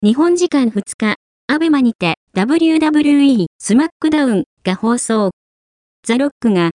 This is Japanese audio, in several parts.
日本時間2日、アベマにて WWE スマックダウンが放送。ザ・ロックが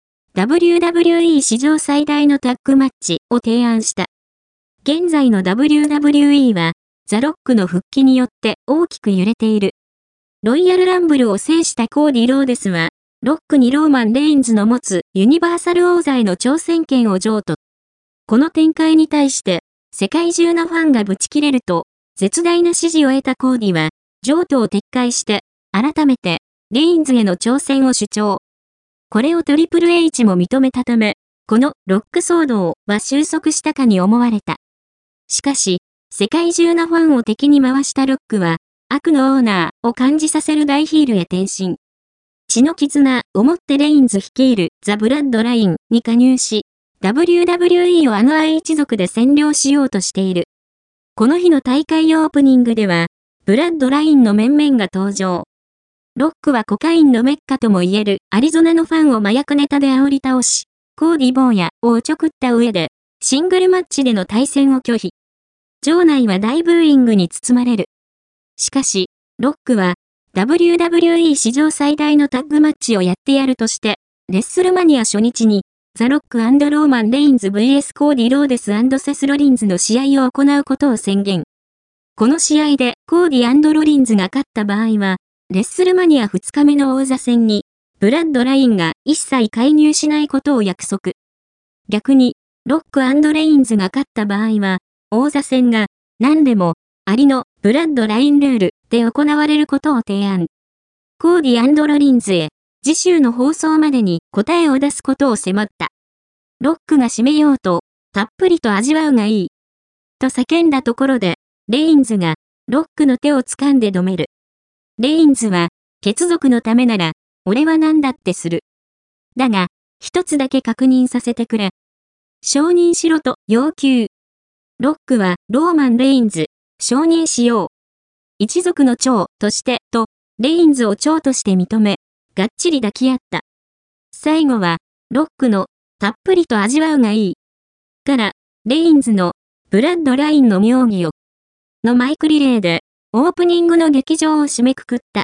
WWE 史上最大のタッグマッチを提案した。現在の WWE はザ・ロックの復帰によって大きく揺れている。ロイヤルランブルを制したコーディ・ローデスは、ロックにローマン・レインズの持つユニバーサル王座への挑戦権を譲渡。この展開に対して、世界中のファンがブチ切れると、絶大な支持を得たコーディは、譲渡を撤回して、改めて、レインズへの挑戦を主張。これをトリプル H も認めたため、このロック騒動は収束したかに思われた。しかし、世界中のファンを敵に回したロックは、悪のオーナーを感じさせる大ヒールへ転身。血の絆をもってレインズ率いるザ・ブラッドラインに加入し、WWE をあの愛一族で占領しようとしている。この日の大会オープニングでは、ブラッドラインの面々が登場。ロックはコカインのメッカとも言えるアリゾナのファンを麻薬ネタで煽り倒し、コーディ・ボーヤをおちょくった上で、シングルマッチでの対戦を拒否。場内は大ブーイングに包まれる。しかし、ロックは、WWE 史上最大のタッグマッチをやってやるとして、レッスルマニア初日に、ザ・ロック&ローマン・レインズ vs コーディ・ローデス&セス・ロリンズの試合を行うことを宣言。この試合でコーディ&ロリンズが勝った場合は、レッスルマニア2日目の王座戦に、ブラッドラインが一切介入しないことを約束。逆に、ロック&レインズが勝った場合は、王座戦が何でも、ありのブラッドラインルールで行われることを提案。コーディ&ロリンズへ、次週の放送までに答えを出すことを迫った。ロックが締めようと、たっぷりと味わうがいい。と叫んだところで、レインズが、ロックの手を掴んで止める。レインズは、血族のためなら、俺は何だってする。だが、一つだけ確認させてくれ。承認しろと要求。ロックは、ローマン・レインズ、承認しよう。一族の長として、と、レインズを長として認め、がっちり抱き合った。最後は、ロックの、たっぷりと味わうがいい。から、レインズの、ブラッドラインの妙義を、のマイクリレーで、オープニングの劇場を締めくくった。